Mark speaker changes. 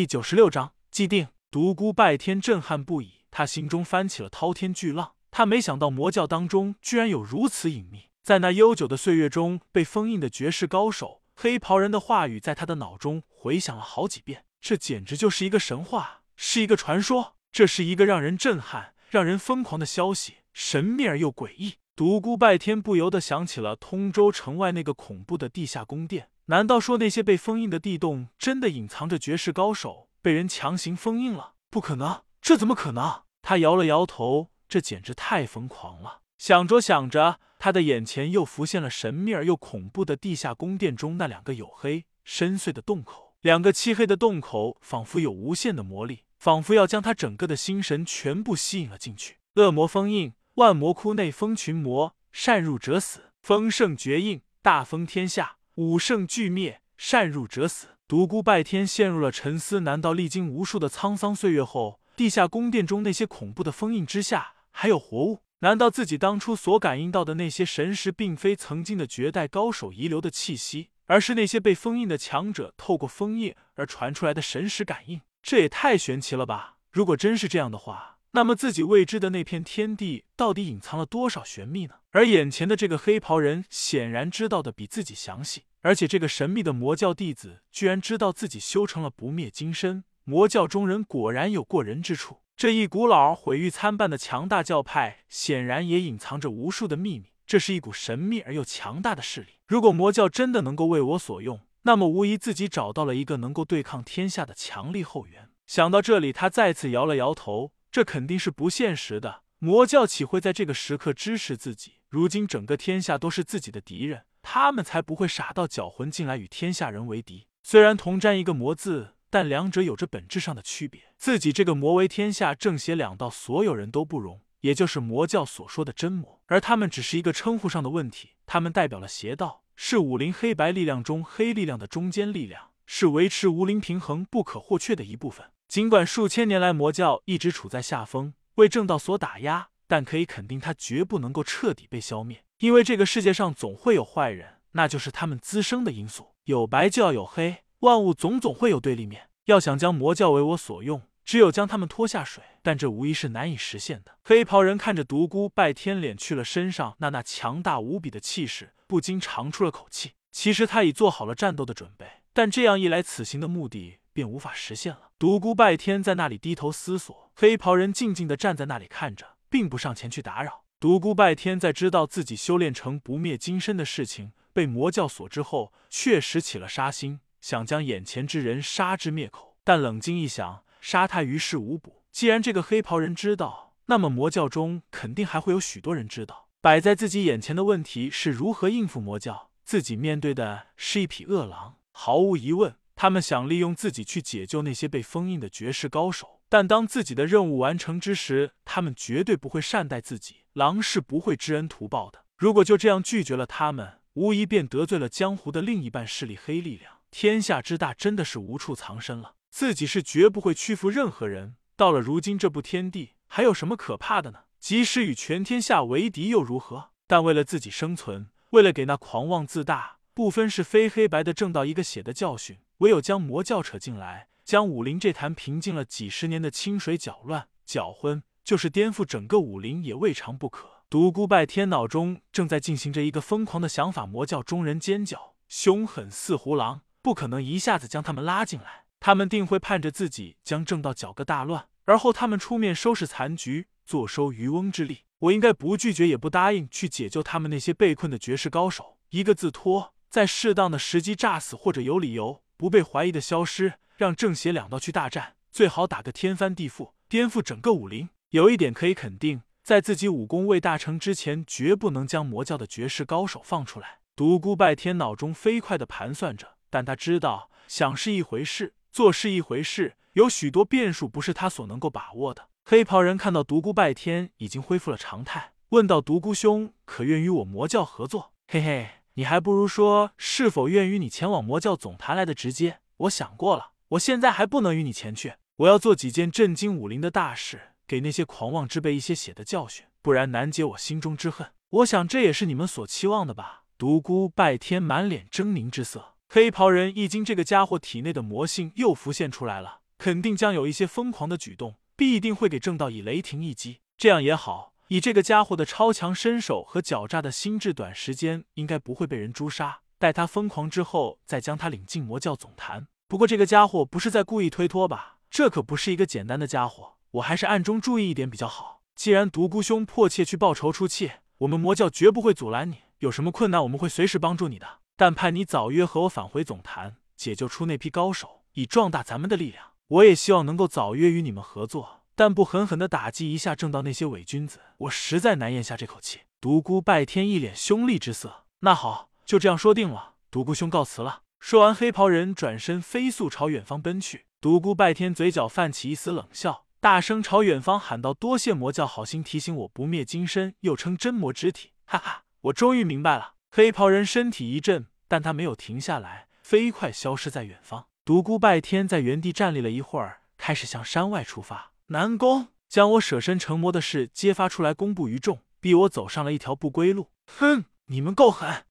Speaker 1: 第96章既定。独孤拜天震撼不已，他心中翻起了滔天巨浪。他没想到魔教当中居然有如此隐秘，在那悠久的岁月中被封印的绝世高手黑袍人的话语在他的脑中回响了好几遍。这简直就是一个神话，是一个传说，这是一个让人震撼、让人疯狂的消息，神秘而又诡异。独孤拜天不由得想起了通州城外那个恐怖的地下宫殿，难道说那些被封印的地洞真的隐藏着绝世高手，被人强行封印了？不可能，这怎么可能？他摇了摇头，这简直太疯狂了。想着想着，他的眼前又浮现了神秘而又恐怖的地下宫殿中那两个黝黑深邃的洞口，两个漆黑的洞口仿佛有无限的魔力，仿佛要将他整个的心神全部吸引了进去。恶魔封印，万魔窟内封群魔，擅入者死。封圣绝印，大封天下，五圣俱灭，擅入者死。独孤拜天陷入了沉思，难道历经无数的沧桑岁月后，地下宫殿中那些恐怖的封印之下还有活物？难道自己当初所感应到的那些神识并非曾经的绝代高手遗留的气息，而是那些被封印的强者透过封印而传出来的神识感应？这也太玄奇了吧！如果真是这样的话，那么自己未知的那片天地到底隐藏了多少玄秘呢？而眼前的这个黑袍人显然知道的比自己详细，而且这个神秘的魔教弟子居然知道自己修成了不灭金身，魔教中人果然有过人之处。这一股老毁誉参半的强大教派显然也隐藏着无数的秘密，这是一股神秘而又强大的势力。如果魔教真的能够为我所用，那么无疑自己找到了一个能够对抗天下的强力后援。想到这里，他再次摇了摇头，这肯定是不现实的。魔教岂会在这个时刻支持自己？如今整个天下都是自己的敌人，他们才不会傻到搅浑进来与天下人为敌。虽然同沾一个魔字，但两者有着本质上的区别。自己这个魔为天下正邪两道，所有人都不容，也就是魔教所说的真魔，而他们只是一个称呼上的问题。他们代表了邪道，是武林黑白力量中黑力量的中坚力量，是维持武林平衡不可或缺的一部分。尽管数千年来魔教一直处在下风，为正道所打压，但可以肯定它绝不能够彻底被消灭，因为这个世界上总会有坏人，那就是他们滋生的因素。有白就要有黑，万物总会有对立面。要想将魔教为我所用，只有将他们拖下水，但这无疑是难以实现的。黑袍人看着独孤拜天敛去了身上那强大无比的气势，不禁长出了口气。其实他已做好了战斗的准备，但这样一来，此行的目的便无法实现了。独孤拜天在那里低头思索，黑袍人静静地站在那里看着，并不上前去打扰。独孤拜天在知道自己修炼成不灭金身的事情被魔教所知后，确实起了杀心，想将眼前之人杀之灭口。但冷静一想，杀他于事无补。既然这个黑袍人知道，那么魔教中肯定还会有许多人知道。摆在自己眼前的问题是如何应付魔教，自己面对的是一匹恶狼。毫无疑问，他们想利用自己去解救那些被封印的绝世高手，但当自己的任务完成之时，他们绝对不会善待自己。狼是不会知恩图报的，如果就这样拒绝了他们，无疑便得罪了江湖的另一半势力黑力量。天下之大，真的是无处藏身了。自己是绝不会屈服任何人。到了如今这步天地，还有什么可怕的呢？即使与全天下为敌又如何？但为了自己生存，为了给那狂妄自大、不分是非黑白的正道一个血的教训，唯有将魔教扯进来，将武林这坛平静了几十年的清水搅乱、搅浑，就是颠覆整个武林也未尝不可。独孤拜天脑中正在进行着一个疯狂的想法，魔教中人尖叫，凶狠似狐狼，不可能一下子将他们拉进来。他们定会盼着自己将正道搅个大乱，而后他们出面收拾残局，坐收渔翁之利。我应该不拒绝也不答应去解救他们那些被困的绝世高手，一个字拖，在适当的时机炸死，或者有理由不被怀疑的消失，让正邪两道去大战，最好打个天翻地覆，颠覆整个武林。有一点可以肯定，在自己武功未大成之前，绝不能将魔教的绝世高手放出来。独孤拜天脑中飞快地盘算着，但他知道，想是一回事，做是一回事，有许多变数不是他所能够把握的。黑袍人看到独孤拜天已经恢复了常态，问道：独孤兄，可愿与我魔教合作？嘿嘿，你还不如说是否愿与你前往魔教总坛来的直接。我想过了，我现在还不能与你前去，我要做几件震惊武林的大事，给那些狂妄之辈一些血的教训，不然难解我心中之恨。我想这也是你们所期望的吧？独孤拜天满脸狰狞之色。黑袍人一惊，这个家伙体内的魔性又浮现出来了， 肯定将有一些疯狂的举动，必定会给正道以雷霆一击。这样也好，以这个家伙的超强身手和狡诈的心智，短时间应该不会被人诛杀。待他疯狂之后，再将他领进魔教总坛。不过这个家伙不是在故意推脱吧？这可不是一个简单的家伙，我还是暗中注意一点比较好。既然独孤兄迫切去报仇出气，我们魔教绝不会阻拦你。有什么困难，我们会随时帮助你的。但盼你早约和我返回总坛，解救出那批高手，以壮大咱们的力量。我也希望能够早约与你们合作，但不狠狠地打击一下正道那些伪君子，我实在难咽下这口气。独孤拜天一脸凶厉之色。那好，就这样说定了，独孤兄告辞了。说完，黑袍人转身飞速朝远方奔去。独孤拜天嘴角泛起一丝冷笑，大声朝远方喊道：“多谢魔教好心提醒我不灭金身，又称真魔之体，哈哈，我终于明白了。”黑袍人身体一震，但他没有停下来，飞快消失在远方。独孤拜天在原地站立了一会儿，开始向山外出发。南宫，将我舍身成魔的事揭发出来，公布于众，逼我走上了一条不归路。哼，你们够狠！